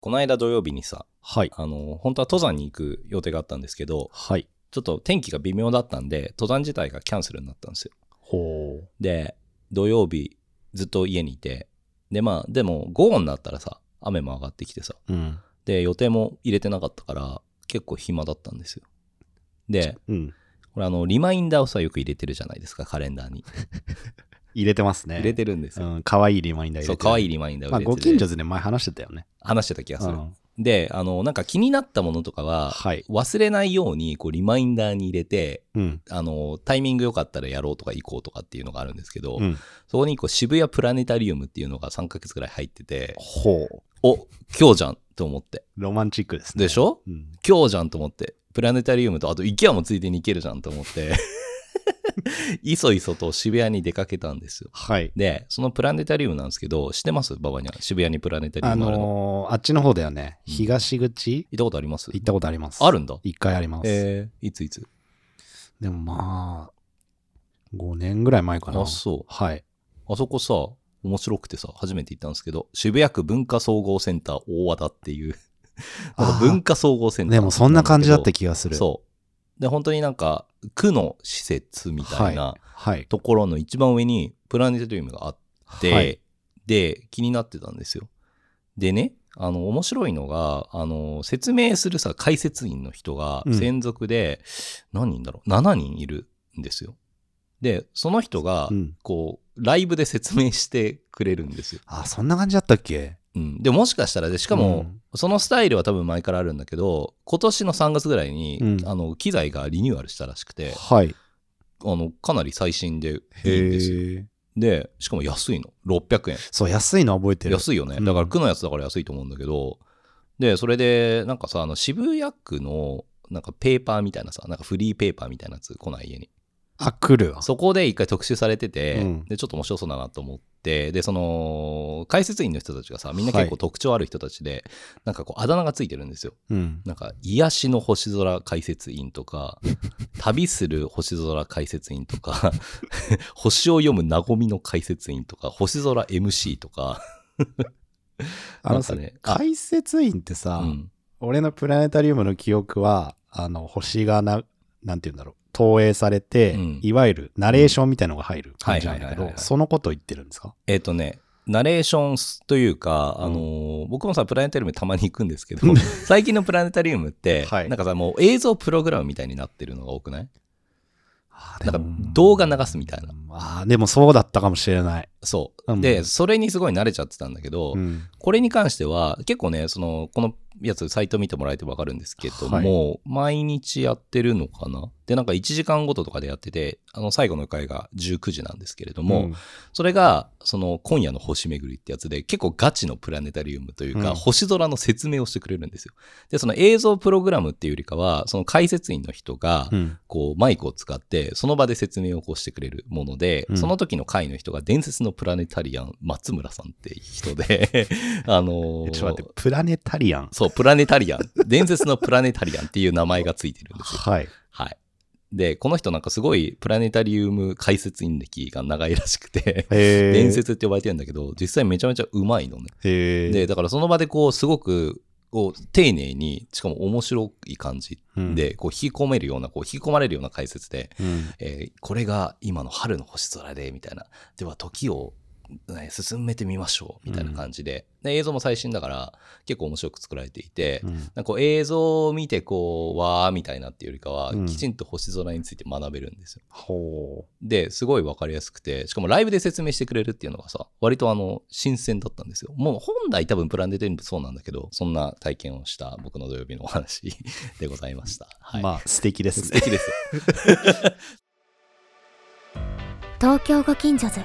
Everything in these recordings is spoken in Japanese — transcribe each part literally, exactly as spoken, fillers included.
この間土曜日にさ、 はい。 あの、本当は登山に行く予定があったんですけど、 はい。 ちょっと天気が微妙だったんで、登山自体がキャンセルになったんですよ。 ほう。 で、土曜日ずっと家にいて、で、まあ、でも午後になったらさ、雨も上がってきてさ、 うん。 で、予定も入れてなかったから、結構暇だったんですよ。で、 うん。 これあの、リマインダーをさ、よく入れてるじゃないですか、カレンダーに。 入れてますね。 入れてるんですよ。 うん。かわいいリマインダー入れてる。 そう、かわいいリマインダーをまあ、 入れてて、 ご近所でね、前話してたよね。 話してた気がする。 うんで、あの、なんか気になったものとかは、 はい忘れないように、こう、リマインダーに入れて、 うん。 あの、タイミング良かったらやろうとか行こうとかっていうのがあるんですけど、 うん。 そこにこう渋谷プラネタリウムっていうのがさんかげつぐらい入ってて、 ほう。 お、今日じゃんと思って。 ロマンチックですね。 でしょ？ うん。 今日じゃんと思って。プラネタリウムと、あと IKEA もついでに行けるじゃんと思って、いそいそと渋谷に出かけたんですよ。 はい。 で、そのプラネタリウムなんですけど、知ってます？ババニャン。渋谷にプラネタリウあムあるの。 のー、あっちの方だよね。東口行ったことあります？ 行ったことあります。 あるんだ。 一回あります。 えー、いついつ？ でもまあ、ごねんぐらい前かな。 あ、そう。 はい。 あそこさ、面白くてさ、初めて行ったんですけど、渋谷区文化総合センター大和田っていう、なんか文化総合センター。 でもそんな感じだった気がする。 そう。で、本当になんか、区の施設みたいなはい。 ところの一番上にプラネタリウムがあって、 はいで、気になってたんですよ。でね、あの、面白いのが、あの、説明するさ、解説員の人がうん専属で、何人だろう ?なな 人いるんですよ。で、その人がう、ん。 こう、ライブで説明してくれるんですよ。 あ、そんな感じだったっけ？ うん。で、もしかしたらで、しかも、 うんそのスタイルは多分前からあるんだけど、今年のさんがつぐらいに、 うんあの、機材がリニューアルしたらしくて、 はい。 あの、かなり最新でいいんですよ。 へえ。 で、しかも安いの。ろっぴゃくえん。 そう、安いの覚えてる。 安いよね。 うんだから区のやつだから安いと思うんだけど、で、それで、なんかさ、あの、渋谷区の、なんかペーパーみたいなさ、なんかフリーペーパーみたいなやつ来ない家に。 あ、来るわ。 そこで一回特集されてて、 うんで、ちょっと面白そうだなと思って、で、その、解説員の人たちがさ、みんな結構特徴ある人たちで、なんかこう、あだ名がついてるんですよ。 うん。 なんか、癒しの星空解説員とか、旅する星空解説員とか、星を読む和みの解説員とか、星空 エムシー とか、 あのさ、 なんかね、あ解説員ってさ、 うん、 俺のプラネタリウムの記憶は、あの、星がな、なんて言うんだろう、投影されて、 うんいわゆるナレーションみたいのが入る感じなんだけどはいはいはいはい、はいそのことを言ってるんですか？ えっ、とね、ナレーションというか、あのー僕もさ、プラネタリウムたまに行くんですけど、最近のプラネタリウムって、 はいなんかさ、もう映像プログラムみたいになってるのが多くない？ あなんか動画流すみたいな。 あーでもそうだったかもしれない。 そう。 うんで、それにすごい慣れちゃってたんだけど、 うん。 これに関しては、結構ね、その、このやつ、サイト見てもらえてわかるんですけども、毎日やってるのかな？で、なんかいちじかんごととかでやってて、あの、最後の回がじゅうくじなんですけれども、 うんそれが、その、今夜の星巡りってやつで、結構ガチのプラネタリウムというか、 うん星空の説明をしてくれるんですよ。で、その映像プログラムっていうよりかは、その解説員の人が、 うんこう、マイクを使って、その場で説明をこうしてくれるもので、 うんその時の回の人が、伝説のプラネタリアン、松村さんっていう人で、あのーえちょっと待って、プラネタリアン。 そう、プラネタリアン。伝説のプラネタリアンっていう名前がついてるんですよ。 はい。 はい。で、この人なんかすごいプラネタリウム解説員歴が長いらしくて、 へー伝説って呼ばれてるんだけど、実際めちゃめちゃうまいのね。 へーで、だからその場でこう、すごく、こう、丁寧に、しかも面白い感じうんで、こう、引き込めるような、こう、引き込まれるような解説で、 うんえーこれが今の春の星空で、みたいな。では、時を、ね、進めてみましょう、みたいな感じで。で、映像も最新だから、結構面白く作られていて、 うんなんかこう映像を見て、こう、わーみたいなっていうよりかは、 うんきちんと星空について学べるんですよ。 ほで、すごいわかりやすくて、しかもライブで説明してくれるっていうのがさ、割とあの、新鮮だったんですよ。もう本来多分プラネタリウムそうなんだけど、そんな体験をした僕の土曜日のお話でございました。はう。 い。 まあ、素敵です素ね。 敵ですよ。 東京ご近所図。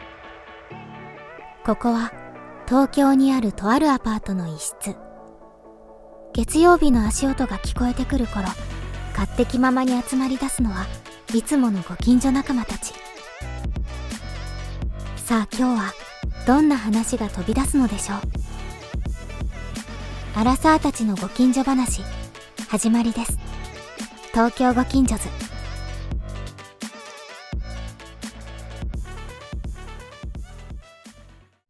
ここは東京にあるとあるアパートの一室。月曜日の足音が聞こえてくる頃、勝手気ままに集まり出すのはいつものご近所仲間たち。さあ今日はどんな話が飛び出すのでしょう。アラサーたちのご近所話、始まりです。東京ご近所図。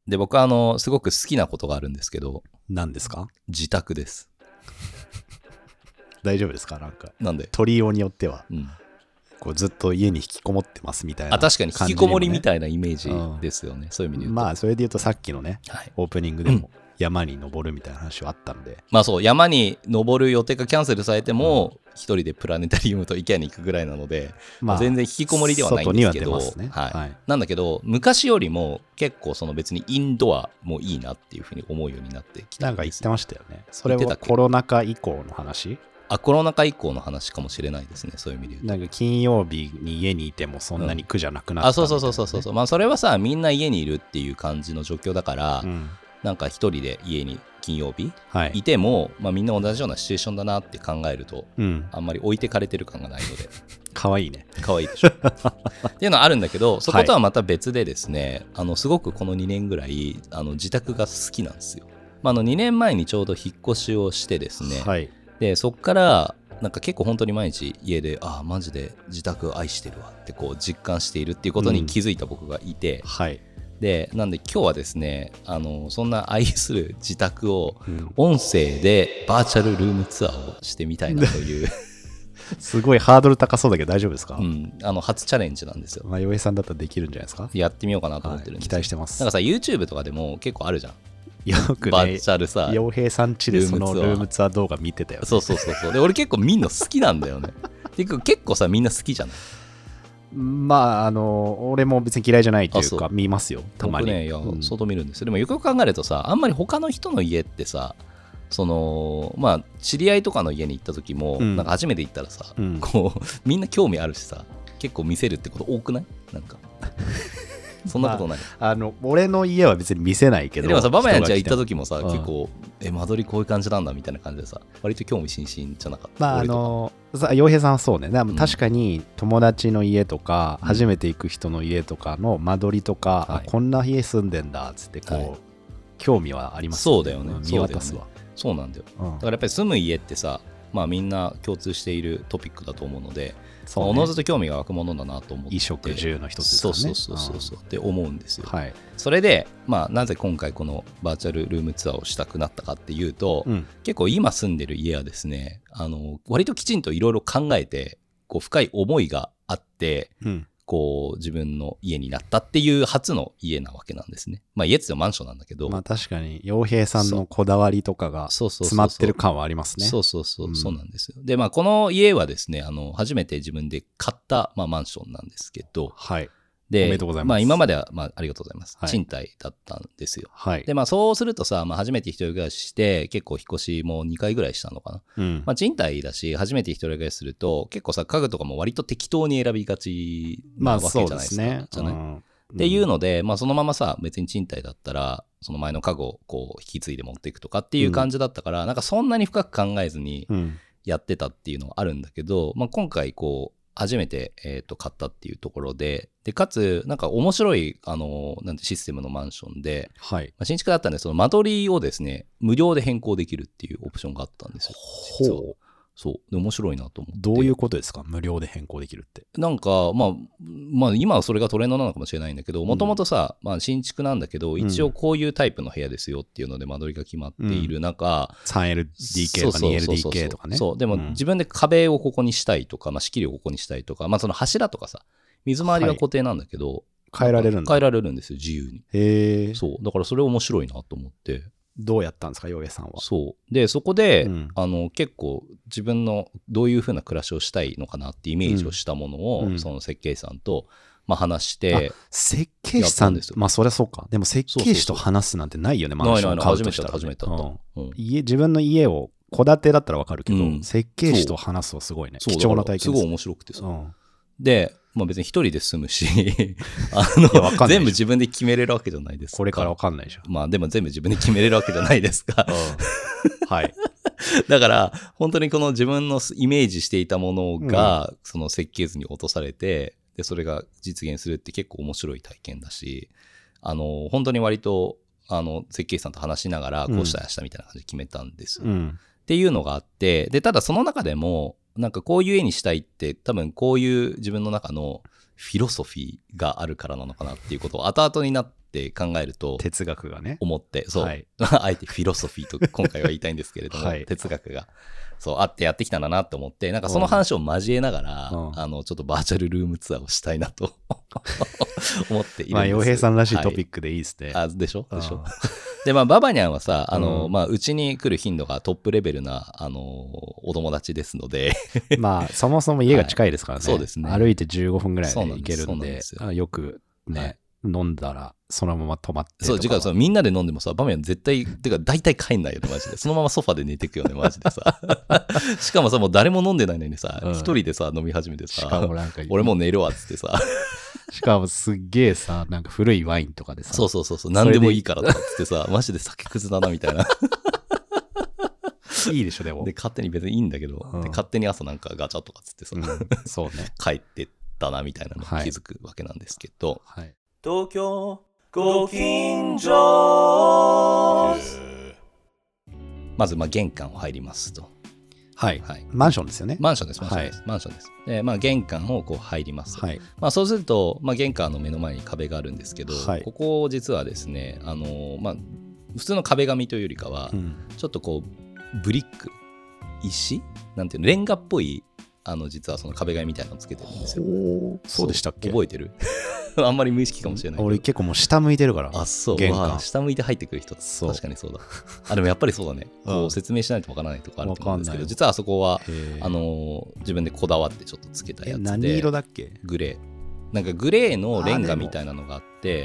で、僕はあの、すごく好きなことがあるんですけど、 何ですか？ 自宅です。 大丈夫ですか？なんか、 なんで取りようによっては、 うん、 こうずっと家に引きこもってますみたいな、 あ、確かに引きこもりみたいなイメージですよね。うん、そういう意味で言うと。 まあ、それで言うとさっきのね、はい、オープニングでも山に登るみたいな話はあったんで。うん、 まあそう、山に登る予定がキャンセルされても、一、うん、人でプラネタリウムとイケアに行くぐらいなので、まあ、全然引きこもりではないんですけど、 外には出ますね。はい。 なんだけど、昔よりも結構その別にインドアもいいなっていうふうに思うようになってきたんです。 なんか言ってましたよね。それはコロナ禍以降の話？ あ、コロナ禍以降の話かもしれないですね。そういう意味で言うと。 なんか金曜日に家にいてもそんなに苦じゃなくなった、ね、うん、 あ、そうそうそうそうそう。まあそれはさ、みんな家にいるっていう感じの状況だから、うん、なんか一人で家に金曜日、はい、いても、まあ、みんな同じようなシチュエーションだなって考えると、うん、あんまり置いてかれてる感がないので。 かわいいね。 かわいいでしょ。っていうのはあるんだけど、そことはまた別でですね、はい、あのすごくこのにねんぐらいあの自宅が好きなんですよ。まあ、あのにねんまえにちょうど引っ越しをしてですね、はい、でそっからなんか結構本当に毎日家で、ああマジで自宅愛してるわってこう実感しているっていうことに気づいた僕がいて、うん、はい、でなんで今日はですね、あのそんな愛する自宅を音声でバーチャルルームツアーをしてみたいなという、うん、 すごいハードル高そうだけど大丈夫ですか？ うん、あの初チャレンジなんですよ。 まあ、洋平さんだったらできるんじゃないですか？ やってみようかなと思ってるんです、 はい、期待してます。 なんかさ YouTube とかでも結構あるじゃん。 よくね、 バーチャルさ、 洋平さん家でそのルームツアー動画見てたよね。 そうそうそうそう。で俺結構見んの好きなんだよね。結構さみんな好きじゃない？ まああの俺も別に嫌いじゃないというか見ますよたまに。 僕ね、いや、うん、相当見るんですよ。でもよくよく考えるとさ、あんまり他の人の家ってさ、そのまあ知り合いとかの家に行った時も、うん、なんか初めて行ったらさ、うん、こうみんな興味あるしさ、結構見せるってこと多くない？なんか。そんなことない、 まあ、あの俺の家は別に見せないけど、 でもさババヤンちゃん行った時もさ、うん、結構え間取りこういう感じなんだみたいな感じでさ、割と興味津々じゃなかった？ まああの洋平さんはそうね。でも確かに友達の家とか、うん、初めて行く人の家とかの間取りとか、はい、こんな家住んでんだっつってこう、はい、興味はありますよね。そうだよね。 見渡すわ。 そうなんだよ、うん、だからやっぱり住む家ってさ、まあみんな共通しているトピックだと思うので、そうね、おのずと興味が湧くものだなと思って、衣食住の一つですからね。 そうそうそうそう、うん、って思うんですよ、 はい、 それで、まあ、なぜ今回このバーチャルルームツアーをしたくなったかっていうと、うん、結構今住んでる家はですね、あの割ときちんといろいろ考えてこう深い思いがあって、うん、こう自分の家になったっていう初の家なわけなんですね。まあ家ってマンションなんだけど、 まあ確かに洋平さんのこだわりとかが詰まってる感はありますね。 そうそうそう、うん、そうなんですよ。でまあこの家はですね、あの初めて自分で買った、まあ、マンションなんですけど、 はい。 でおめでとうございます。 まあ今までは、まあ、ありがとうございます、はい、賃貸だったんですよ。 はい。 でまあそうするとさ、まあ、初めて一人暮らしして結構引っ越しもにかいぐらいしたのかな、うん、まあ賃貸だし初めて一人暮らしすると結構さ家具とかも割と適当に選びがちなわけじゃないですか。まあそうですね。じゃない、うん、っていうので、まあそのままさ別に賃貸だったらその前の家具をこう引き継いで持っていくとかっていう感じだったから、うん、なんかそんなに深く考えずにやってたっていうのはあるんだけど、まあ今回こう初めて、えー、と買ったっていうところで、でかつなんか面白いあのなんてシステムのマンションで、はい、まあ、新築だったんでその間取りをですね無料で変更できるっていうオプションがあったんですよ。実は。ほう。そうで面白いなと思って。 どういうことですか、無料で変更できるって。 なんかまあまあ今はそれがトレンドなのかもしれないんだけど、もともとさ、まあ、新築なんだけど一応こういうタイプの部屋ですよっていうので間取りが決まっている中、 うん、スリーエルディーケー とか ツーエルディーケー とかね。 そうでも自分で壁をここにしたいとか、まあ、仕切りをここにしたいとか、まあ、その柱とかさ水回りは固定なんだけど、はい、 変えられるんだ。 変えられるんですよ自由に。 へえ。 そうだからそれ面白いなと思って。 どうやったんですか洋平さんは。 そうでそこで、うん、あの結構自分のどういう風な暮らしをしたいのかなってイメージをしたものを、うん、その設計士さんと、まあ、話して。 設計士さんですよ。まあそりゃそうか。でも設計士と話すなんてないよね。マンション買うとしたら、ね、 初めてだった、うんうん、家自分の家を戸建てだったら分かるけど、うん、設計士と話すのすごいね。貴重な体験です。 すごい面白くてさ、うん、でまあ別に一人で住むしあの全部自分で決めれるわけじゃないですか。 これから分かんないじゃん。 まあでも全部自分で決めれるわけじゃないですか、 うん、はいだから本当にこの自分のイメージしていたものが、うん、その設計図に落とされて、でそれが実現するって結構面白い体験だし、あの本当に割とあの設計士さんと話しながらこうしたらしたみたいな感じで決めたんです、うん、っていうのがあって、でただその中でもなんかこういう絵にしたいって多分こういう自分の中のフィロソフィーがあるからなのかなっていうことを後々になっって考えると、 哲学がね。 思って、そう。 はい、 あえてフィロソフィーと今回は言いたいんですけれども、 はい、 哲学が、そう、あってやってきたんだなって思って、なんかその話を交えながら、うん、あの、ちょっとバーチャルルームツアーをしたいなと思っているんです。 まあ、洋平さんらしいトピックでいいですね。 はい、あ、でしょでしょで、まあ、ババニャンはさ、あの、うん、まあ、うちに来る頻度がトップレベルな、あの、お友達ですので。 まあ、そもそも家が近いですからね。 はい、そうですね。 歩いてじゅうごふんぐらいで行けるんで、 んでよくね、はい、飲んだら、そのまま泊まってとか。 そう、時間、みんなで飲んでもさ、ババニャン絶対、てか、大体帰んないよね、マジで。そのままソファで寝てくよね、マジでさ。しかもさ、もう誰も飲んでないのにさ、一、うん、人でさ、飲み始めてさ、 しかもなんか俺もう寝るわ、っつってさ。 しかもすっげえさ、なんか古いワインとかでさ。 そうそうそうそう、何でもいいからとかっつってさ、マジで酒くずだなみたいな。 いいでしょ、でも。 で、勝手に別にいいんだけど、うん、で勝手に朝なんかガチャとかっつってさ、うん、 そうね。 帰ってったなみたいなのに気づくわけなんですけど、 はいはい、 東京ご近所まず、まあ、玄関を入りますと。 はい、はい、マンションですよね。 マンションです、マンションです。はい、マンションです。で、まあ、玄関をこう入ります。 はい、 まあ、そうすると、まあ、玄関の目の前に壁があるんですけど、はい、ここ実はですね、あのー、まあ、普通の壁紙というよりかは、うん、ちょっとこう、ブリック、石なんていうの、レンガっぽい、あの、実はその壁紙みたいなのをつけてるんですよ。 そうでしたっけ？ 覚えてるあんまり無意識かもしれないけど。 俺結構もう下向いてるから。 あ、そう。 玄関。 下向いて入ってくる人、確かにそうだ。あ、でもやっぱりそうだね。こう説明しないとわからないとこあると思うんですけど、実はあそこは、あのー、自分でこだわってちょっとつけたやつで。 何色だっけ？ グレー。なんかグレーのレンガみたいなのがあって、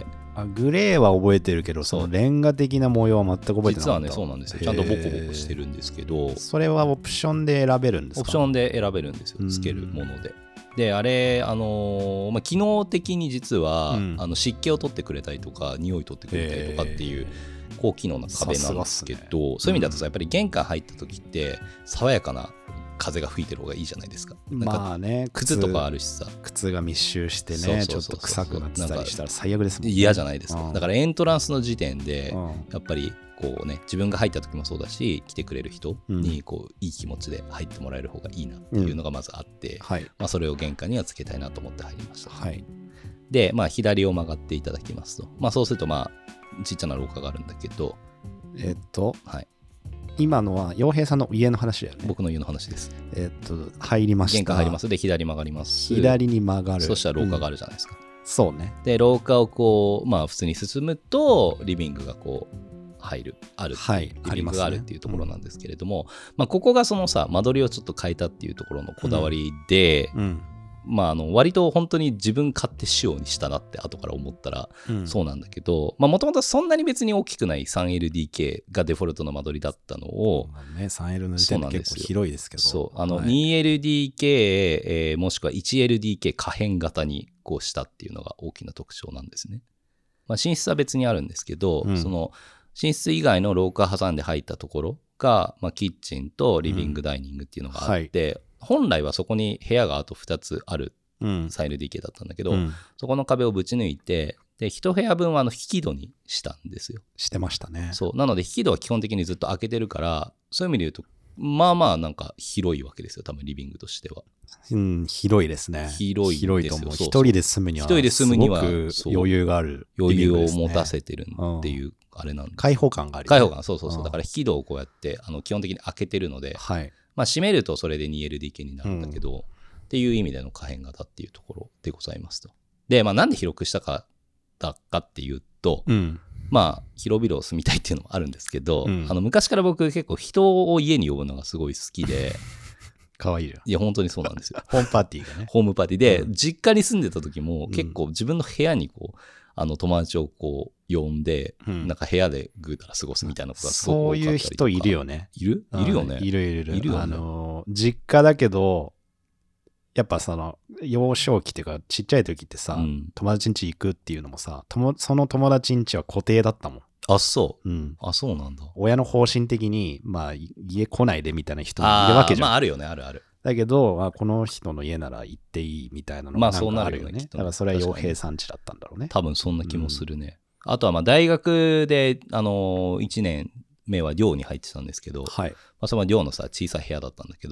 あ、グレーは覚えてるけど、そのレンガ的な模様は全く覚えてなかった。 実はね、そうなんですよ。ちゃんとボコボコしてるんですけど。 それはオプションで選べるんですか？ オプションで選べるんですよ。つけるもので。で、あれ、あのーまあ、機能的に実は、うん、あの湿気を取ってくれたりとか、匂い取ってくれたりとかっていう、高機能な壁なんですけど、ね、そういう意味だとさ、やっぱり玄関入った時って、爽やかな風が吹いてる方がいいじゃないですか。 まあね、 靴とかあるしさ。 靴が密集してね、ちょっと臭くなってたりしたら最悪ですもんね。 嫌じゃないですか。うん、だからエントランスの時点で、うん、やっぱり、こうね、自分が入った時もそうだし、来てくれる人にこういい気持ちで入ってもらえる方がいいなっていうのがまずあって、うん、はい、まあ、それを玄関にはつけたいなと思って入りました。 はい、 で、まあ、左を曲がっていただきますと、まあ、そうすると、まあ、ちっちゃな廊下があるんだけど、 えっと、 はい、 今のは洋平さんの家の話だよね。 僕の家の話です。 えっと、入りました。 玄関入ります。で、左曲がります。 左に曲がる。 そしたら廊下があるじゃないですか。うん、 そうね。 で、廊下をこう、まあ、普通に進むと、リビングがこう、入るある、はい、リビングがあるっていうところなんですけれども、まあ、ね、うん、まあ、ここがそのさ間取りをちょっと変えたっていうところのこだわりで、うんうん、まあ、あの割と本当に自分勝手仕様にしたなって後から思ったらそうなんだけど、もともとそんなに別に大きくない スリーエルディーケー がデフォルトの間取りだったのを、 まあね、スリーエルの時点で結構広いですけど、 そうあの ツーエルディーケー、えー、もしくは ワンエルディーケー 可変型にこうしたっていうのが大きな特徴なんですね。まあ、寝室は別にあるんですけど、うん、その寝室以外の廊下挟んで入ったところが、まあ、キッチンとリビングダイニングっていうのがあって、うん、はい、本来はそこに部屋があとふたつある スリーエルディーケー だったんだけど、うん、そこの壁をぶち抜いて、でいち部屋分はあの引き戸にしたんですよ。 してましたね。 そうなので引き戸は基本的にずっと開けてるから、そういう意味で言うとまあまあなんか広いわけですよ、多分リビングとしては。 うん、広いですね。 広いですよ。 広いと思う。一人で住むにはすごく余裕がある、 余裕を持たせてるっていう、うん、あれなんで開放感がある、ね、 開放感、そうそうそう、うん、だから引き戸をこうやってあの基本的に開けてるので、 はい、 まあ、閉めるとそれで ツーエルディーケー になるんだけど、うん、っていう意味での可変型っていうところでございますと。で、まあ、なんで広くしたかだかっていうと、うん、まあ広々住みたいっていうのもあるんですけど、うん、あの昔から僕結構人を家に呼ぶのがすごい好きでかわいいじゃん。 いや本当にそうなんですよ。 ホームパーティーがね。 ホームパーティーで、うん、実家に住んでた時も結構自分の部屋にこうあの友達をこう呼んで、うん、なんか部屋でぐうたら過ごすみたいなことがすごく多かったりとか。 そういう人いるよね。 いるいるよね。 いるいるいるよね。 あの実家だけどやっぱその幼少期っていうかちっちゃい時ってさ、うん、友達ん家行くっていうのもさ、ともその友達ん家は固定だったもん。 あ、そう。 うん。 あ、そうなんだ。 親の方針的に、まあ、家来ないでみたいな人もいるわけじゃん。 あ、まあ、あるよね、あるある。 だけど、あこの人の家なら行っていいみたいなのがなんかあるよね。まあ、そうなるよね。だからそれは洋平さん家だったんだろうね。 多分そんな気もするね。うん、あとは、まあ、大学で、あのー、いちねんめは寮に入ってたんですけど、 はい。まあ、その寮のさ、小さい部屋だったんだけど、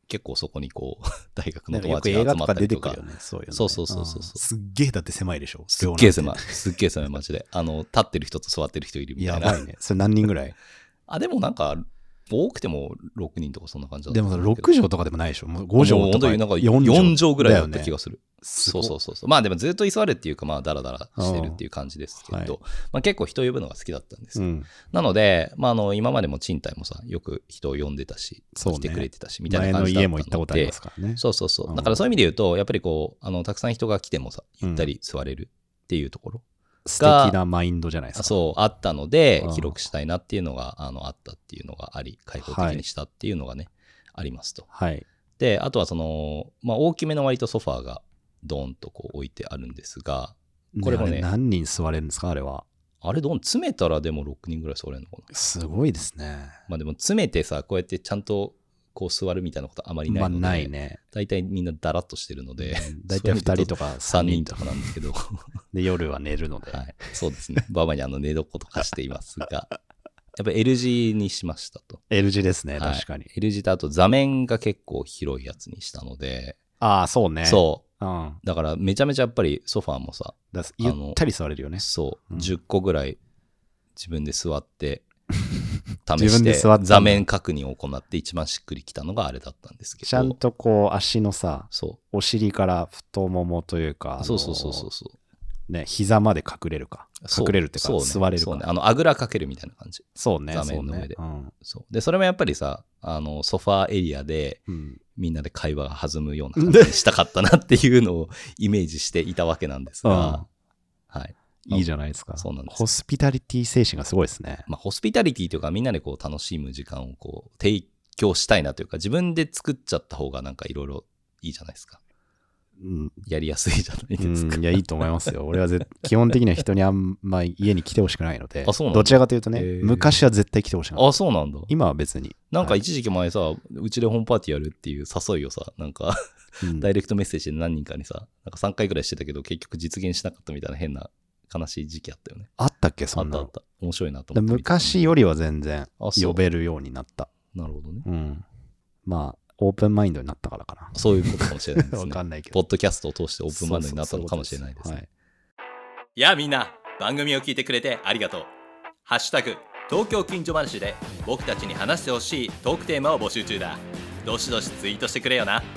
結構そこにこう大学のなんかよく友達が集映画とかまったりとか出てくるよね、そういうのね。 そうそうそうそうそうすっげえだって狭いでしょ。 すっげえ狭い量なんてすっげえ狭いマジであの立ってる人と座ってる人いるみたいなやばいね。それ何人ぐらい？ あでもなんか多くてもろくにんとかそんな感じだったでもろく畳とかでもないでしょ。もうご畳とかもう本当になんかよんよん畳畳ぐらいだった気がする。 すごいそうそうそうそう。まあでもずっと居座るっていうか、まあダラダラしてるっていう感じですけど、 はいまあ結構人呼ぶのが好きだったんですよ。 うん。 なので、まああの今までも賃貸もさ、よく人を呼んでたし、 そうね来てくれてたし、みたい前のな感じだったので。 家も行ったことありますからね。 そうそうそうう。 んだからそういう意味で言うと、やっぱりこう、あのたくさん人が来てもさ、ゆったり座れるっていうところ素敵なマインドじゃないですか。 そうあったのでうん広くしたいなっていうのがあのあったっていうのがあり、開放的にしたっていうのがね、ありますと。 はい。 であとはその、まあ、大きめの割とソファーがドーンとこう置いてあるんですが、これもねあれ何人座れるんですか、あれは。 あれどん詰めたらでもろくにんぐらい座れるのかな。 すごいですね。 まあでも詰めてさこうやってちゃんとこう座るみたいなことあまりないまあので、 ないね。 大体みんなダラッとしてるので、 大体ふたりとかさんさんにんとかにんとかなんですけどで夜は寝るので。 はい、そうですね。バーバにあの寝床とかしていますが、やっぱり L 字にしましたと。 L 字ですね、 はい確かに。 L 字とあと座面が結構広いやつにしたので、 ああ、そうね。 そううん。 だからめちゃめちゃやっぱりソファーもさ、 だゆったり座れるよね。 そう、 うんじゅっこぐらい自分で座って試自分してで座ったんだ座面確認を行って一番しっくりきたのがあれだったんですけど、 ちゃんとこう足のさ、 そお尻から太ももというか、あのうそうそうそうそうそうね、膝まで隠れるか。 そう隠れるっていうか、 そうね座れるか。 そうね、あのあぐらかけるみたいな感じ。 そうね、 座面の上でそうねうんそうでそれもやっぱりさ、あのソファーエリアでうんみんなで会話が弾むような感じにしたかったなっていうのをイメージしていたわけなんですが、はいいいじゃないですか。 そうなんですよホスピタリティ精神がすごいですね。 まあ、ホスピタリティというかみんなでこう楽しむ時間をこう提供したいなというか、自分で作っちゃった方がなんかいろいろいいじゃないですか。 うん、 やりやすいじゃないですか。 うんいや、いいと思いますよ。俺はぜ基本的には人にあんま家に来てほしくないので、 あそうなんだどちらかというとね、 へー昔は絶対来てほしくない。 あ、そうなんだ。 今は別に。 なんかはい一時期前さ、うちでホームパーティーやるっていう誘いをさ、なんかうんダイレクトメッセージで何人かにさ、なんかさんかいぐらいしてたけど結局実現しなかったみたいな変な悲しい時期あったよね。 あったっけ、 あそんなのったあっ。た。面白いなと思って見てた。 昔よりは全然あそう呼べるようになった。 なるほどね。 うん。まあ、オープンマインドになったからかな。 そういうことかもしれないですわね。 かんないけど。 ポッドキャストを通してオープンマインドになったのかもしれないですね。 そうそうそういういやみんな、番組を聞いてくれてありがとう。ハッシュタグ東京近所話で僕たちに話してほしいトークテーマを募集中だ。どしどしツイートしてくれよな。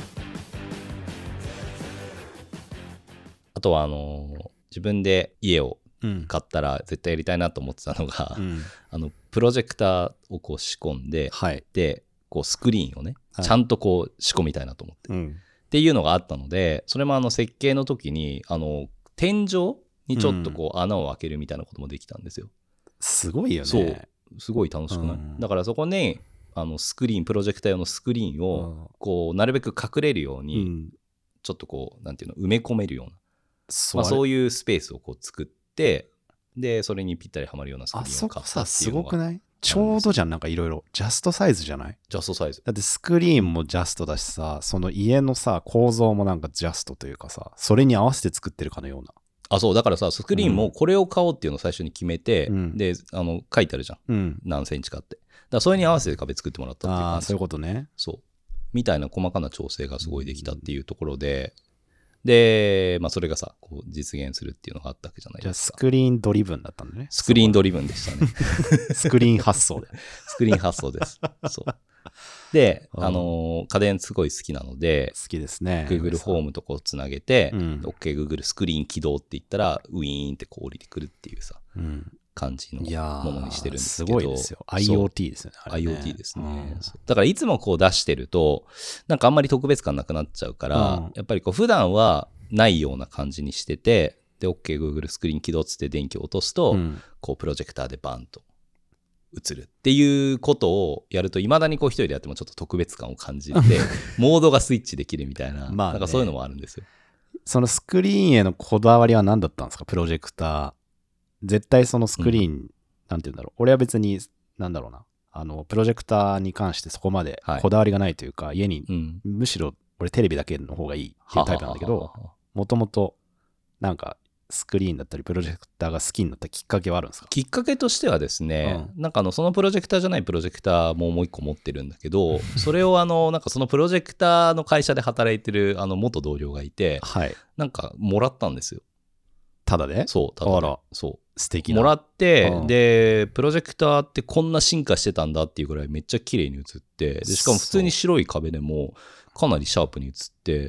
あとはあのー自分で家をはいうん。 買ったら絶対やりたいなと思ってたのが、 うんあのプロジェクターをこう仕込んで、 はい。 でこうスクリーンをね、 はいちゃんとこう仕込みたいなと思って、 うん。 っていうのがあったので、それもあの設計の時にあの天井にちょっとこう穴を開けるみたいなこともできたんですよ。 すごいよね。 そうすごい楽しくない、 うんだからそこにあのスクリーンプロジェクター用のスクリーンをこうなるべく隠れるよううにん。 ちょっとこうなんていうの埋め込めるような、 そまあ、そういいうスペースをこう作ってでそれにぴったりはまるようなスクリあーンそこさ、 を買ったってすいうのがごくない？ちょうどじゃん、なんかいろいろ。ジャストサイズじゃない？ ジャストサイズ。 だってスクリーンもジャストだしさ、その家のさ、構造もなんかジャストというかさ、それに合わせて作ってるかのような。 あそうだからさスクリーンもこれを買おうっていうのを最初に決めて、 うんであの書いてあるじゃんうん。 何センチかってだからそれに合わせて壁作ってもらったっていうああ、 感じそういうことね。 そうみたいな細かな調整がすごいできたっていうところで、で、まあ、それがさこう実現するっていうのがあったわけじゃないじゃあですか。 スクリーンドリブンだったんだね。 スクリーンドリブンでしたね。 スクリーン発想で。 スクリーン発想です。そうで、 うんあのー家電すごい好きなので、 好きですね。 Google ホームとこうつなげて、 うん OKGoogle スクリーン起動って言ったらウィーンってこう降りてくるっていうさうん。 感じのいやーものにしてるんですすけど、 ごいですよ。 そう IoT ですよね。あれね IoT ですね、 うんそうだからいつもこう出してるとなんかあんまり特別感なくなっちゃうから、 うんやっぱりこう普段はないような感じにしててで OKGoogle スクリーン起動っつって電気を落とすと、 うんこうプロジェクターでバンと映るっていうことをやるといまだにこう一人でやってもちょっと特別感を感じてモードがスイッチできるみたいな、 まあねなんかそういうのもあるんですよ。 そのスクリーンへのこだわりは何だったんですか？プロジェクター。絶対そのスクリーン、なんて言うんだろう。俺は別に、なんだろうな。あの、プロジェクターに関してそこまではいこだわりがないというか、家に、 うん、 むしろ俺テレビだけの方がいいっていうタイプなんだけど、 ははははもともと、なんか、 スクリーンだったりプロジェクターが好きになったきっかけはあるんですか？ きっかけとしてはですね、うん、なんかあのそのプロジェクターじゃないプロジェクターももう一個持ってるんだけどそれをあのなんかそのプロジェクターの会社で働いてるあの元同僚がいて、はい、なんかもらったんですよ。 ただで？ そう、ただで。 あら、 そう素敵な。 もらって、うん、でプロジェクターってこんな進化してたんだっていうぐらいめっちゃ綺麗に映って、でしかも普通に白い壁でもかなりシャープに映って、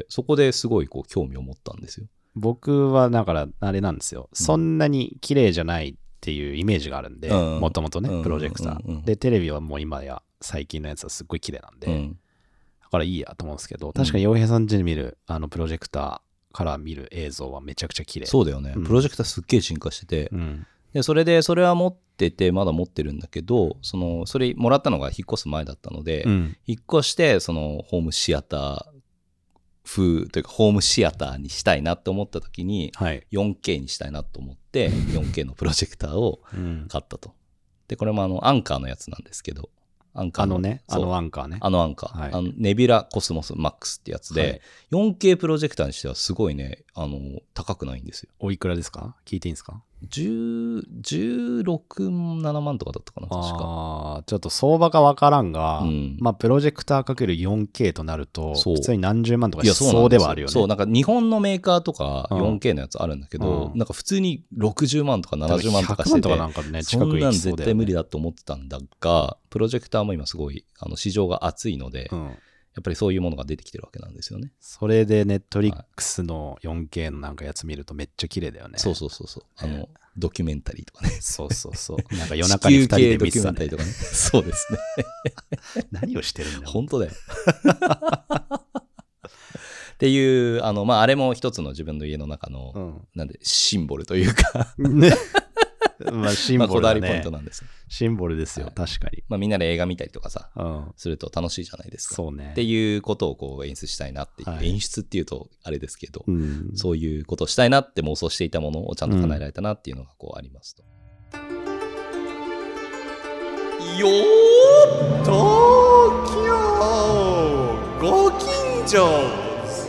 そこですごいこう興味を持ったんですよ。 僕はだからあれなんですよ、うん、そんなに綺麗じゃないっていうイメージがあるんで、もともとねプロジェクター、うんうんうん、でテレビはもう今や最近のやつはすっごい綺麗なんで、うん、だからいいやと思うんですけど、確かに洋平さん家で見るあのプロジェクターから見る映像はめちゃくちゃ綺麗。 そうだよね、うん、プロジェクターすっげえ進化してて、 うん、 でそれでそれは持っててまだ持ってるんだけど、そのそれもらったのが引っ越す前だったので、うん、引っ越してそのホームシアター風というかホームシアターにしたいなと思った時に よんケー にしたいなと思って よんケー のプロジェクターを買ったと。でこれもあのアンカーのやつなんですけど、アンカーのあのねあのアンカーねあのアンカー、はい、あのネビュラコスモスマックスってやつで、はい、よんケー プロジェクターにしてはすごいねあの高くないんですよ。 おいくらですか？聞いていいんですか？ じゅう、じゅうろく、ななまんとかだったかな確か。 ああ、ちょっと相場がわからんが、うん、まあプロジェクターかける よんケー となると普通に何十万とかしそうではあるよね。 そうなんか日本のメーカーとか よんケー のやつあるんだけど、うん、なんか普通にろくじゅうまんとかななじゅうまんとかしてて、ひゃくまんとかなんかね近く行きそうだよね。そんなん絶対無理だと思ってたんだが、プロジェクターも今すごいあの市場が熱いので、うん、やっぱりそういうものが出てきてるわけなんですよね。 それでネットリックスの よんケー のなんかやつ見るとめっちゃ綺麗だよね。 そうそうそうそう。あのドキュメンタリーとかね。 そうそうそう。なんか夜中にふたりで見てたね。 ドキュメンタリーとかね。そうですね。何をしてるんだよ。 本当だよ。っていうあのまああれも一つの自分の家の中の、うん、なんでシンボルというかね。 まあシンボルだね。まあこだわりポイントなんです。 シンボルですよ、はい、確かに。 まあみんなで映画見たりとかさ、 うん、 すると楽しいじゃないですか。 そうね。 っていうことをこう演出したいなっていう、はい、演出っていうとあれですけど、 うん、 そういうことをしたいなって妄想していたものをちゃんと叶えられたなっていうのがこうありますと。うん、よー東京ご近所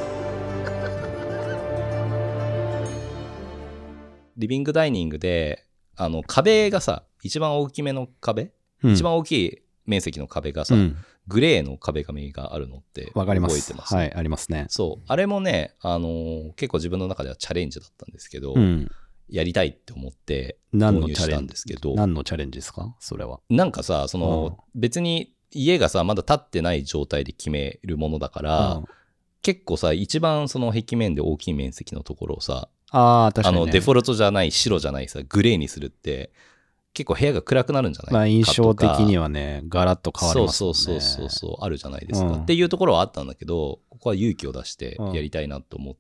リビングダイニングであの壁がさ一番大きめの壁、うん、一番大きい面積の壁がさ、うん、グレーの壁紙があるのって覚えてます？ わかります。はい、ありますね。 そうあれもね、あのー、結構自分の中ではチャレンジだったんですけど、 うん、 やりたいって思って導入したんですけど、 何のチャレンジですかそれは？ なんかさその、うん、別に家がさまだ建ってない状態で決めるものだから、うん、結構さ一番その壁面で大きい面積のところをさあ, 確かに、ね、 あのデフォルトじゃない白じゃないさグレーにするって結構部屋が暗くなるんじゃないかとか、 まあ、印象的にはねガラッと変わりますもんね。 そうそうそうそうあるじゃないですか、うん、っていうところはあったんだけど、ここは勇気を出してやりたいなと思って、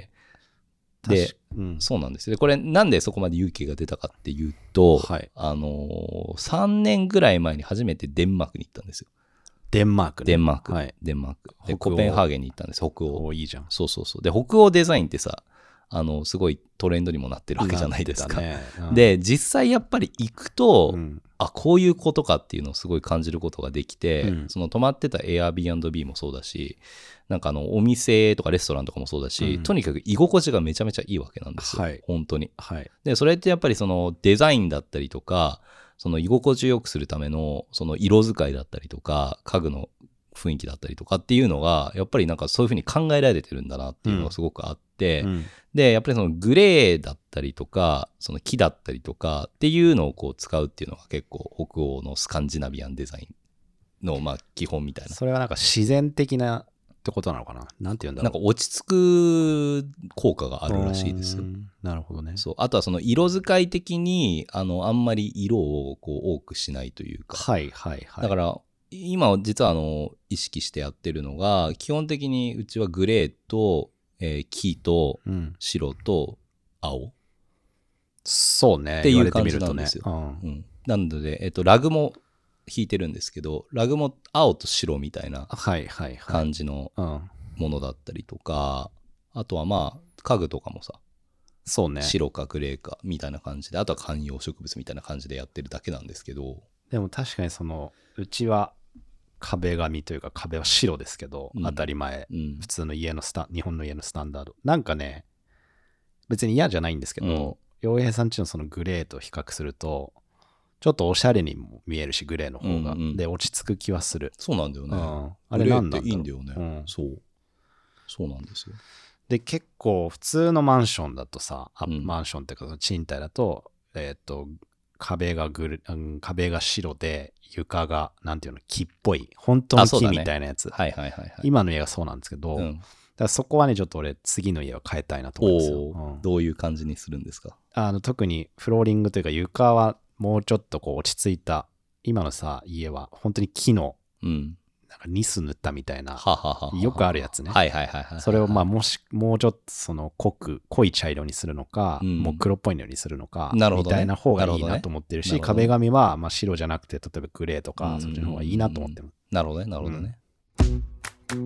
うん、で、うん、そうなんですよ。でこれなんでそこまで勇気が出たかっていうと、 はい、 あのー、さんねんぐらい前に初めてデンマークに行ったんですよ。 デンマークね。 デンマーク、 はい、 デンマークでコペンハーゲンに行ったんです。北欧。 おいいじゃん。 そうそうそう。で北欧デザインってさあのすごいトレンドにもなってるわけじゃないですか、 ねうん、 で実際やっぱり行くと、 うん、 あこういうことかっていうのをすごい感じることができて、うん、その泊まってた Airbnb もそうだし、なんかあのお店とかレストランとかもそうだし、うん、とにかく居心地がめちゃめちゃいいわけなんですよ、 はい、 本当に、 はい、 でそれってやっぱりそのデザインだったりとかその居心地よくするためのその色使いだったりとか家具の雰囲気だったりとかっていうのがやっぱりなんかそういうふうに考えられてるんだなっていうのがすごくあって、 うん、 でやっぱりそのグレーだったりとかその木だったりとかっていうのをこう使うっていうのが結構北欧のスカンジナビアンデザインのまあ基本みたいな。 それはなんか自然的なってことなのかな、なんて言うんだろう。 なんか落ち着く効果があるらしいですよ。 なるほどね。 そうあとはその色使い的にあのあんまり色をこう多くしないというか、 はいはいはい。 だから今実はあの意識してやってるのが基本的にうちはグレーと、えー、黄と白と青、うん、 そうねっていう感じなんですよ、うんうん、なので、えーと、ラグも引いてるんですけどラグも青と白みたいな感じのものだったりとか、あとはまあ家具とかもさそうね白かグレーかみたいな感じで、あとは観葉植物みたいな感じでやってるだけなんですけど、 でも確かにそのうちは壁紙というか壁は白ですけど、うん、当たり前、うん、普通の家のスタ日本の家のスタンダードなんかね別に嫌じゃないんですけど、洋平さんちのそのグレーと比較すると、ちょっとおしゃれにも見えるし、グレーの方が。うんうん、で、落ち着く気はする。 そうなんだよね。うん、 あれなんだろう。 グレーっていいんだよね、うん。そう。そうなんですよ。 で、結構普通のマンションだとさ、うん、マンションっていうか賃貸だと、えっと、壁がグル、うん、壁が白で、床が、なんていうの、木っぽい。本当の木みたいなやつ。 ね、はいはいはい、はい。 今の家がそうなんですけど、うん、だからそこはね、ちょっと俺、次の家は変えたいなと思うんですよ。 うん、どういう感じにするんですか？ あの特にフローリングというか床はもうちょっとこう落ち着いた、今のさ、家は本当に木の、うん、なんかニス塗ったみたいな、ははははよくあるやつね。 はいはいはいはい。 それをまあもし、もうちょっとその濃く、濃い茶色にするのか、うん、もう黒っぽいのにするのか、なるほどね、みたいな方がいいなと思ってるし、るね、壁紙はまあ白じゃなくて、例えばグレーとか、そっちの方がいいなと思ってる。 なるほどね、なるほどね。 うん、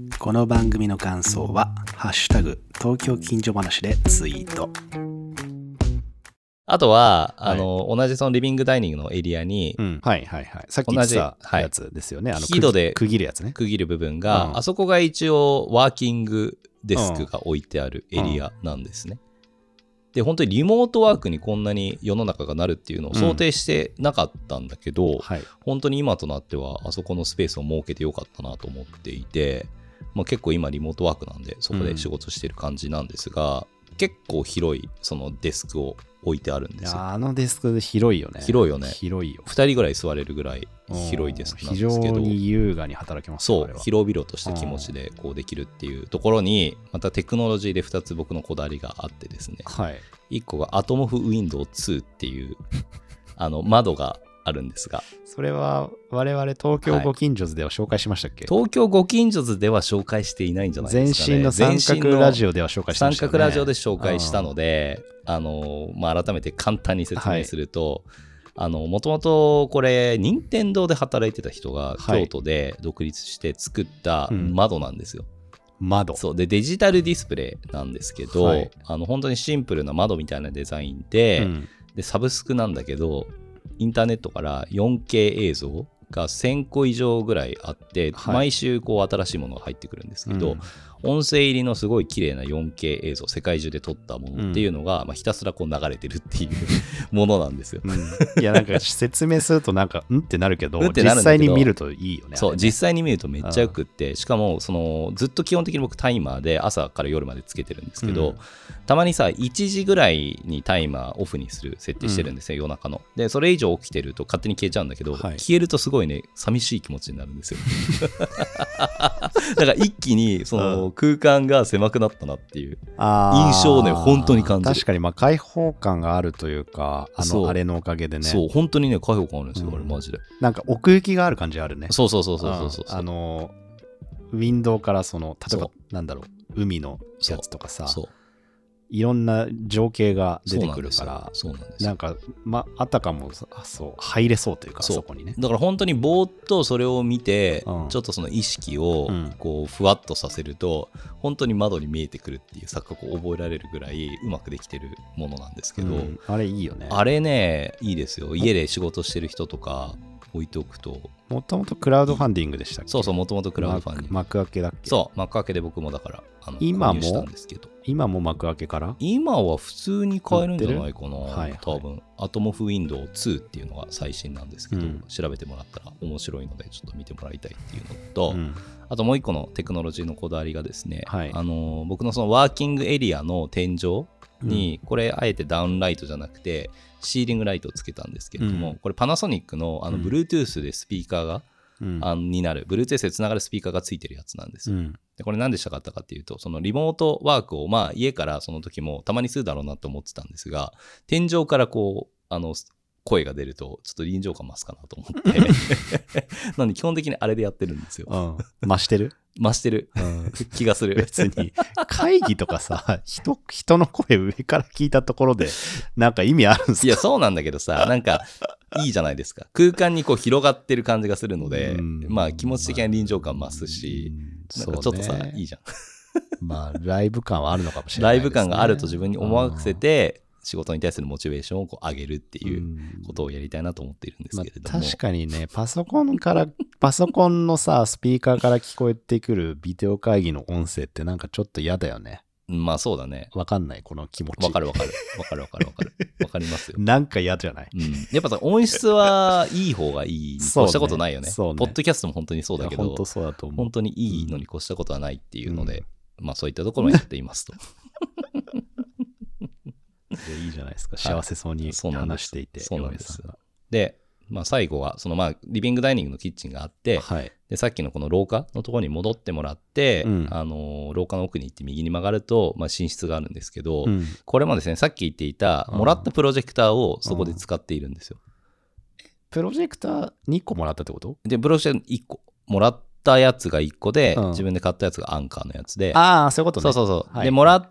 この番組の感想は、ハッシュタグ、東京近所話でツイート。 あとは、あの、はい、同じそのリビングダイニングのエリアに、 うん、はいはいはい。さっき言ってたやつですよね。 はい、あの木戸で区切るやつね。 区切る部分が、うん、あそこが一応ワーキングデスクが置いてあるエリアなんですね。うん、で、本当にリモートワークにこんなに世の中がなるっていうのを想定してなかったんだけど、うんはい、本当に今となってはあそこのスペースを設けてよかったなと思っていて、まあ、結構今リモートワークなんでそこで仕事してる感じなんですが、うん、結構広いそのデスクを置いてあるんですよ。 あのデスク広いよね。 広いよね。 広いよ。 ふたりぐらい座れるぐらい広いデスクなんですけど、 非常に優雅に働けますね。 そう、広々とした気持ちでこうできるっていうところに、またテクノロジーでふたつ僕のこだわりがあってですね、はい、いっこがアトモフウィンドウツーっていうあの窓があるんですが、 それは我々東京ご近所図では紹介しましたっけ？ はい、東京ご近所図では紹介していないんじゃないですかね。 前身の三角ラジオでは紹介しましたね。 三角ラジオで紹介したので、あの、まあ、改めて簡単に説明すると、はい、あの、もともとこれ、任天堂で働いてた人が京都で独立して作った窓なんですよ。 うん、窓。 そう。で、デジタルディスプレイなんですけど、はい、あの、本当にシンプルな窓みたいなデザインで、うん、で、サブスクなんだけど、インターネットから よんケー 映像がせんこ以上ぐらいあって、はい、毎週こう新しいものが入ってくるんですけど、うん、音声入りのすごい綺麗な よんケー 映像、世界中で撮ったものっていうのが、うんまあ、ひたすらこう流れてるっていうものなんですよ。 うん、いやなんか説明するとなんかんってなるけど、実際に見るといいよね。 そう、実際に見るとめっちゃよくって、しかもそのずっと基本的に僕タイマーで朝から夜までつけてるんですけど、うん、たまにさいちじぐらいにタイマーオフにする設定してるんですよ、うん、夜中の。でそれ以上起きてると勝手に消えちゃうんだけど、はい、消えるとすごいね寂しい気持ちになるんですよ。だから一気にその空間が狭くなったなっていう印象をね本当に感じる。 確かにまあ開放感があるというか、あのあれのおかげでね。 そう本当にね開放感あるんですよ、うん、あれマジで。 なんか奥行きがある感じあるね。 そうそうそうそうそうそう。 あのウィンドウからその例えばなんだろう海のやつとかさ。そういろんな情景が出てくるから、 そうなんですなんか、まあたかもそう入れそうというか、そこにね。 だから本当にぼーっとそれを見て、うん、ちょっとその意識をこうふわっとさせると、うん、本当に窓に見えてくるっていう錯覚を覚えられるぐらいうまくできてるものなんですけど、うん、 あれいいよね。 あれねいいですよ。家で仕事してる人とか置いておくと。 もともとクラウドファンディングでしたっけ？ そうそう、もともとクラウドファンディング。 幕開けだっけ？ そう、幕開けで僕もだからあの今もしたんですけど。 今も幕開けから？ 今は普通に買えるんじゃないかな、はいはい、多分アトモフウィンドウツーっていうのが最新なんですけど、うん、調べてもらったら面白いのでちょっと見てもらいたいっていうのと、うん、あともう一個のテクノロジーのこだわりがですね、はい、あの僕のそのワーキングエリアの天井に、うん、これあえてダウンライトじゃなくてシーリングライトをつけたんですけれども、うん、これパナソニックのあの Bluetooth でスピーカーが、うん、あのになる Bluetooth でつながるスピーカーがついてるやつなんですよ、うん、でこれ何でしたかったかっていうと、そのリモートワークをまあ家からその時もたまにするだろうなと思ってたんですが、天井からこうあの声が出るとちょっと臨場感増すかなと思ってなんで基本的にあれでやってるんですよ、 うん、増してる増してる、うん、気がする。 別に会議とかさ 人, 人の声上から聞いたところでなんか意味あるんですか？ いやそうなんだけどさ、なんかいいじゃないですか。空間にこう広がってる感じがするので、まあ気持ち的な臨場感増すし、なんかちょっとさ、ね、いいじゃん。 まあライブ感はあるのかもしれないですね。 ライブ感があると自分に思わせて仕事に対するモチベーションをこう上げるっていうことをやりたいなと思っているんですけれども、 まあ、確かにねパソコンからパソコンのさスピーカーから聞こえてくるビデオ会議の音声ってなんかちょっと嫌だよね。 まあそうだね。 わかんない、この気持ち。 わかるわかる。わかるわかるわかる。わかりますよ。 なんか嫌じゃない、 うん、やっぱさ、音質はいい方がいいに越したことないよね。そうね。ポッドキャストも本当にそうだけど、 本当そうだと思う。 本当にいいのに越したことはないっていうので、うん、まあそういったところもやっていますと。 いいじゃないですか。幸せそうに話していて。 そうなんです。で、まあ、最後はそのまあリビングダイニングのキッチンがあって、はい、でさっきのこの廊下のところに戻ってもらって、うん、あの廊下の奥に行って右に曲がると、まあ、寝室があるんですけど、うん、これもですねさっき言っていたもらったプロジェクターをそこで使っているんですよ。 プロジェクターにこもらったってこと？ でプロジェクターいっこもらったやつがいっこで、うん、自分で買ったやつがアンカーのやつで、 ああそういうことね。 そうそうそう、はい、でもらって、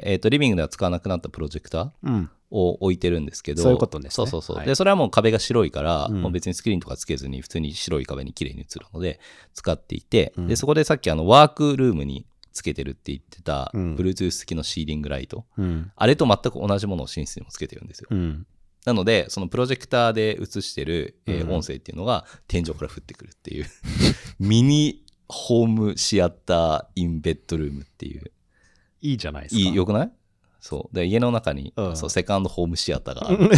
えーと、リビングでは使わなくなったプロジェクター、うんを置いてるんですけど、 そういうことですね。 そうそうそう。はい、で、それはもう壁が白いから、うん、もう別にスクリーンとかつけずに普通に白い壁に綺麗に映るので使っていて、うん、で、そこでさっきあのワークルームにつけてるって言ってた、うん、Bluetooth 付きのシーリングライト、うん、あれと全く同じものを寝室にもつけてるんですよ。うん、なので、そのプロジェクターで映してる、えーうん、音声っていうのが天井から降ってくるっていう、ミニホームシアターインベッドルームっていう。 いいじゃないですか。 いい、よくない？そうで家の中に、うん、そうセカンドホームシアターがある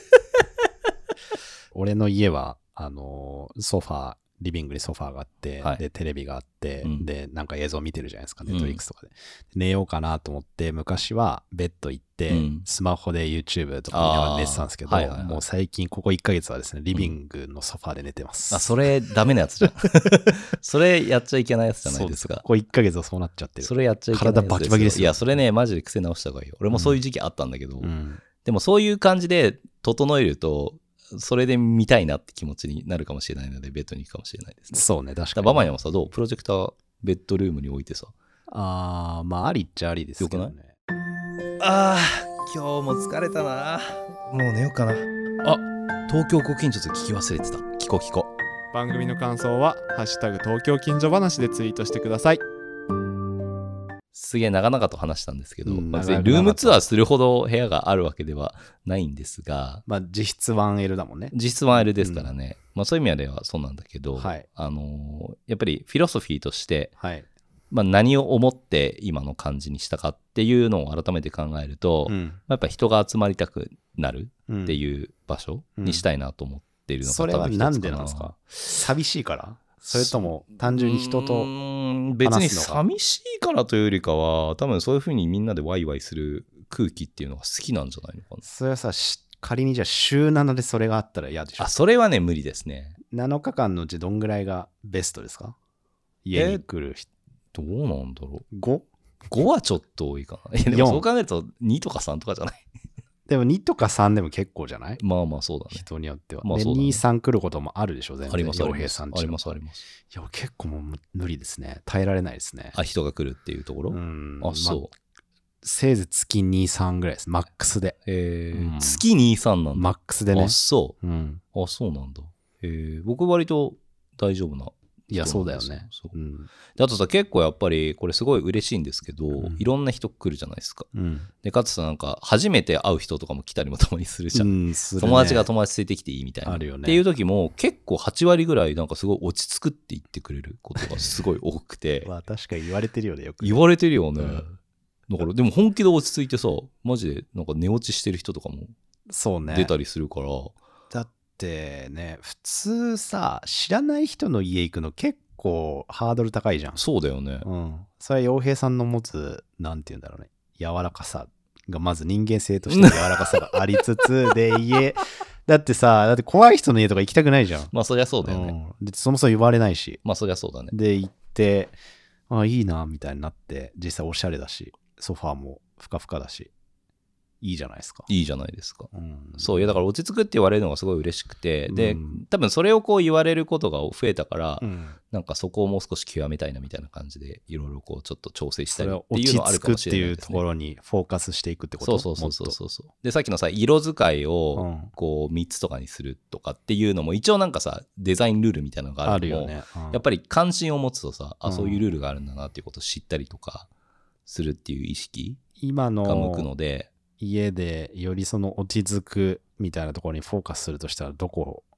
俺の家はあのソファーリビングにソファーがあって、はい、でテレビがあって、うん、でなんか映像見てるじゃないですか、ネットフリックスとかで、うん、寝ようかなと思って昔はベッド行って、うん、スマホで YouTube とか見ながら寝てたんですけど、はいはいはい、もう最近ここいっかげつはですねリビングのソファーで寝てます、 うん、あそれダメなやつじゃんそれやっちゃいけないやつじゃないですか。 そうです、ここいっかげつはそうなっちゃってる。 それやっちゃいけないやつです。 体バキバキですよ。 いやそれねマジで癖直した方がいいよ。俺もそういう時期あったんだけど、うん、でもそういう感じで整えるとそれで見たいなって気持ちになるかもしれないのでベッドに行くかもしれないですね。 そうね、確かに。 ババヤもさどうプロジェクターベッドルームに置いてさ。 あーまあありっちゃありですけどね。よくない？ あー今日も疲れたな。もう寝ようかな。あ東京ご近所と聞き忘れてた。聞こ聞こ。 番組の感想はハッシュタグ東京近所話でツイートしてください。 すげえ長々と話したんですけど、うんまあ、ルームツアーするほど部屋があるわけではないんですが、 まあ、実質 ワンエル だもんね。 実質 ワンエル ですからね、うんまあ、そういう意味ではそうなんだけど、はい、あのー、やっぱりフィロソフィーとして、はいまあ、何を思って今の感じにしたかっていうのを改めて考えると、うんまあ、やっぱ人が集まりたくなるっていう場所にしたいなと思っているのが、 うんうん、それはなんでなんですか？寂しいから？それとも単純に人と話すのが？別に寂しいからというよりかは多分そういう風にみんなでワイワイする空気っていうのが好きなんじゃないのかな。 それはさ仮にじゃあ週ななでそれがあったら嫌でしょ？ あそれはね無理ですね。 なのかかんのうちどんぐらいがベストですか？家に来る人どうなんだろう。 ご? ご はちょっと多いかな。でもそう考えるとにとかさんとかじゃない？ でもにとかさんでも結構じゃない？ まあまあそうだね。 人によっては。 まあそうだね、 に、さん来ることもあるでしょ、全然。 あります、 洋平さんち。 あります、あります。 いや、結構もう無理ですね。耐えられないですね。 あ、人が来るっていうところ？うん。あ、そう。まあ、 せいぜい月に、さんぐらいです。マックスで。 へー、うん、月に、さんなんだ。 マックスでね。 あ、そう。うん。あ、そうなんだ。へー、僕割と大丈夫な。 いやそうだよね。 そう、うん、であとさ結構やっぱりこれすごい嬉しいんですけど、うん、いろんな人来るじゃないですか、うん、でかつさなんか初めて会う人とかも来たりもたまにするじゃん、うんね、友達が友達ついてきていいみたいな、 あるよね、 っていう時も結構はち割ぐらいなんかすごい落ち着くって言ってくれることがすごい多くてまあ確かに言われてるよねよくね言われてるよね、うん、だからでも本気で落ち着いてさマジでなんか寝落ちしてる人とかもそうね出たりするから、 だってね普通さ知らない人の家行くの結構こうハードル高いじゃん。 そうだよね。 うん。それは洋平さんの持つなんて言うんだろうね柔らかさがまず人間性としての柔らかさがありつつで家だってさだって怖い人の家とか行きたくないじゃん。 まあそりゃそうだよね。 うん、でそもそも言われないし。 まあそりゃそうだね。 で行ってあいいなみたいになって実際おしゃれだしソファーもふかふかだし。いいじゃないですか。 いいじゃないですか。うん、そういやだから落ち着くって言われるのがすごい嬉しくて、で、うん、多分それをこう言われることが増えたから、うん、なんかそこをもう少し極めたいなみたいな感じでいろいろこうちょっと調整したりっていうのはあるかもしれないですね。落ち着くっていうところにフォーカスしていくってこと？ そうそうそうそうそう。でさっきのさ色使いをこうみっつとかにするとかっていうのも一応なんかさデザインルールみたいなのがあるのもあるよね、うん、やっぱり関心を持つとさあそういうルールがあるんだなっていうことを知ったりとかするっていう意識が向くので。 家でよりその落ち着くみたいなところにフォーカスするとしたらどこを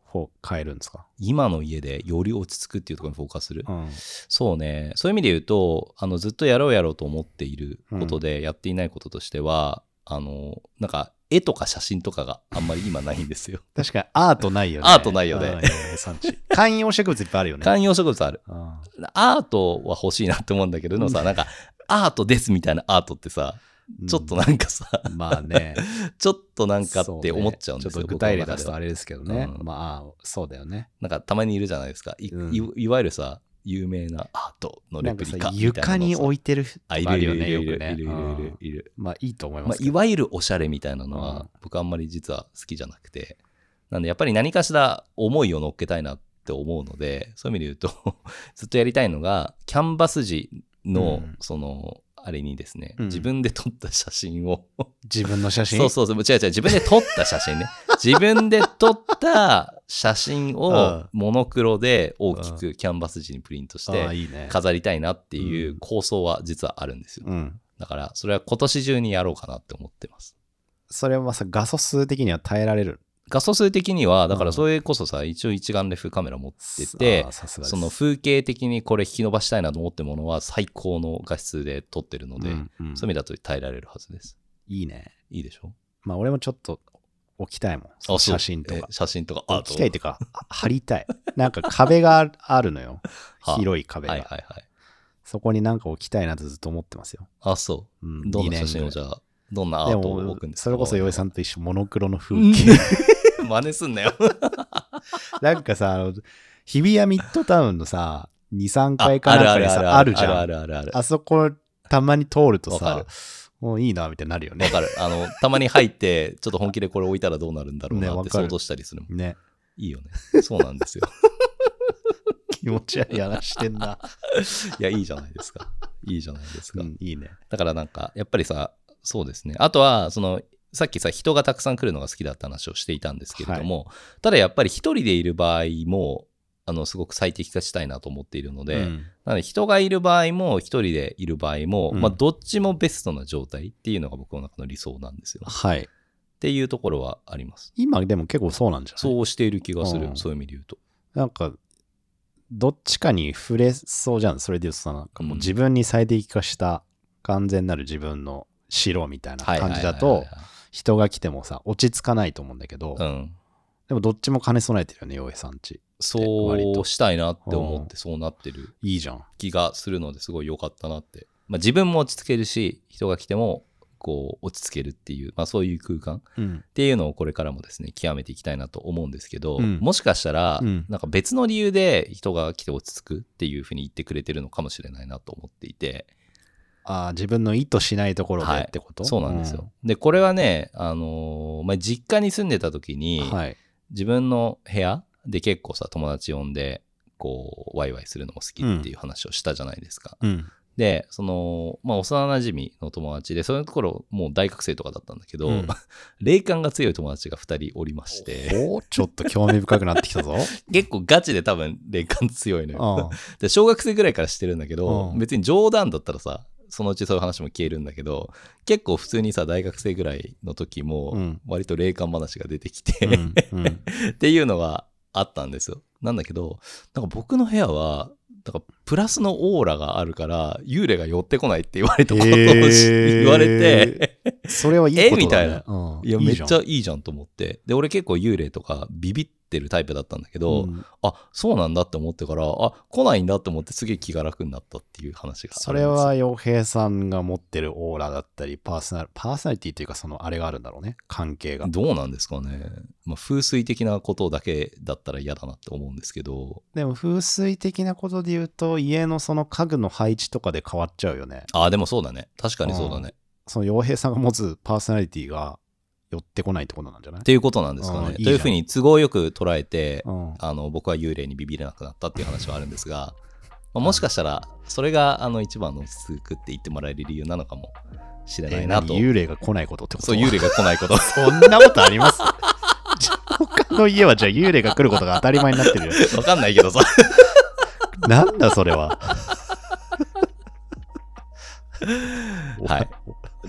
変えるんですか？ 今の家でより落ち着くっていうところにフォーカスする、 うん、 そうね。そういう意味で言うと、あのずっとやろうやろうと思っていることでやっていないこととしては、うん、あのなんか絵とか写真とかがあんまり今ないんですよ。 確かにアートないよね。 アートないよね。 観葉植物いっぱいあるよね。 観葉植物ある。アートは欲しいなって思うんだけど、でもさ、なんかアートですみたいなアートってさ、ちょっとなんかさ、 うん、まあね、 ちょっとなんかって思っちゃうんですよ。ね、 ちょっと具体例出すとあれですけどね。うん、まあそうだよね。 なんかたまにいるじゃないですか。 い,、うん、い, いわゆるさ、有名なアートのレプリカみたいなの床に置いてる人あるよね。よくね。いるいるいるいる。 まあいいと思いますけど、 まあ、いわゆるおしゃれみたいなのは、うん、僕あんまり実は好きじゃなくて、なんでやっぱり何かしら思いを乗っけたいなって思うので、そういう意味で言うとずっとやりたいのがキャンバス地の、うん、そのあれにですね、うん、自分で撮った写真を自分の写真そうそうそう、違う違う、自分で撮った写真ね自分で撮った写真をモノクロで大きくキャンバス地にプリントして飾りたいなっていう構想は実はあるんですよ、うん、だからそれは今年中にやろうかなって思ってます。 それはさ、画素数的には耐えられる？ 画素数的にはだからそれこそさ、一応一眼レフカメラ持ってて、その風景的にこれ引き伸ばしたいなと思ってるものは最高の画質で撮ってるので、うんうん、そういう意味だと耐えられるはずです。 いいね。 いいでしょ。まあ俺もちょっと置きたいもん。その写真とか。 写真とか置きたいっていうか貼りたい。なんか壁があるのよ。広い壁が、はいはいはい。そこになんか置きたいなとずっと思ってますよ。 あ、そう。うん、どんな写真をじゃあどんなアートを置くんですか？ それこそ洋江さんと一緒モノクロの風景。 真似すんなよなんかさ、あの日比谷ミッドタウンのさにさんかいかなんかにさあるじゃん。あるあるある。あそこたまに通るとさ、もういいなみたいになるよね。 わかる。あのたまに入ってちょっと本気でこれ置いたらどうなるんだろうなって想像したりするもんね。 いいよね。そうなんですよ。 気持ち悪い話してんな。 いやいいじゃないですか。いいじゃないですか。 うん、いいね。 だからなんかやっぱりさ、そうですね。あとはそのさっきさ、人がたくさん来るのが好きだった話をしていたんですけれども、はい、ただやっぱり一人でいる場合もあのすごく最適化したいなと思っているので、うん、なので人がいる場合も一人でいる場合も、うん、まあ、どっちもベストな状態っていうのが僕の中の理想なんですよ、 はい、 っていうところはあります。 今でも結構そうなんじゃない？ そうしている気がする、うん、そういう意味で言うと。 なんかどっちかに触れそうじゃん。それで言うとさ、なんかもう自分に最適化した完全なる自分の城みたいな感じだと人が来てもさ落ち着かないと思うんだけど、うん、でもどっちも兼ね備えてるよね、洋江さんち。 そうしたいなって思ってそうなってるいいじゃん気がするのですごい良かったなって、まあ、自分も落ち着けるし人が来てもこう落ち着けるっていう、まあ、そういう空間っていうのをこれからもですね極めていきたいなと思うんですけど、うん、もしかしたらなんか別の理由で人が来て落ち着くっていうふうに言ってくれてるのかもしれないなと思っていて、 あ、自分の意図しないところでってこと？ はい、そうなんですよ、うん、でこれはね、あのーまあ、実家に住んでた時に、はい、自分の部屋で結構さ友達呼んでこうワイワイするのも好きっていう話をしたじゃないですか、うん、でその、まあ、幼なじみの友達でそのところもう大学生とかだったんだけど、うん、霊感が強い友達がふたりおりまして、 おちょっと興味深くなってきたぞ結構ガチで多分霊感強いのよで小学生ぐらいからしてるんだけど、別に冗談だったらさそのうちそういう話も消えるんだけど、結構普通にさ大学生ぐらいの時も割と霊感話が出てきて、うんうん、っていうのがあったんですよ。なんだけどなんか僕の部屋はなんかプラスのオーラがあるから幽霊が寄ってこないって言われたことを、えー、言われてそれはいいことだね。 えみたいな、うん、いやめっちゃいいじゃんと思って、で俺結構幽霊とかビビってるタイプだったんだけど、うん、あそうなんだって思ってからあ来ないんだって思ってすげえ気が楽になったっていう話があるんですよ。 それは洋平さんが持ってるオーラだったりパーソナルパーソナリティというかそのあれがあるんだろうね、関係が。 どうなんですかね、まあ、風水的なことだけだったら嫌だなって思うんですけど、 でも風水的なことで言うと家のその家具の配置とかで変わっちゃうよね。 あでもそうだね、確かにそうだね、うん、 その洋平さんが持つパーソナリティが寄ってこないってことなんじゃない？ っていうことなんですかね。いいというふうに都合よく捉えて、うん、あの僕は幽霊にビビれなくなったっていう話はあるんですが、まあ、もしかしたらそれがあの一番の落ち着くって言ってもらえる理由なのかもしれないなと。 えー、幽霊が来ないことってこと？ そう、幽霊が来ないことそんなことあります他の家はじゃあ幽霊が来ることが当たり前になってるよ。 わかんないけどさなんだそれははい。っ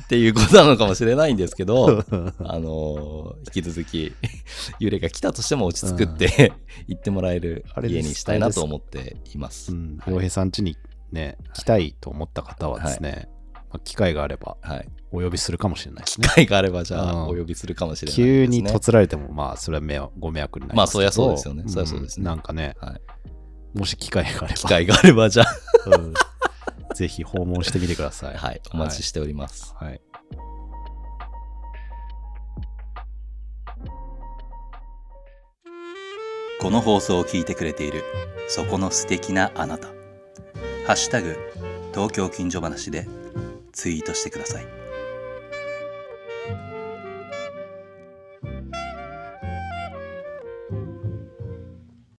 っていうことなのかもしれないんですけど、あの引き続き幽霊が来たとしても落ち着くって言ってもらえる家にしたいなと思っています。 洋平さん家にね来たいと思った方はですね、はい、まあ、機会があればお呼びするかもしれないですね。 機会があればじゃあお呼びするかもしれないですね。 急にとつられてもまあそれはめご迷惑になりますけど、 まあそりゃそうですよね。そりゃそうですね。 なんかね、はい、もし機会があれば機会があればじゃあ、うん、 ぜひ訪問してみてください。 はい、お待ちしております。 はい、はい。 この放送を聞いてくれているそこの素敵なあなた、ハッシュタグ東京近所話でツイートしてください。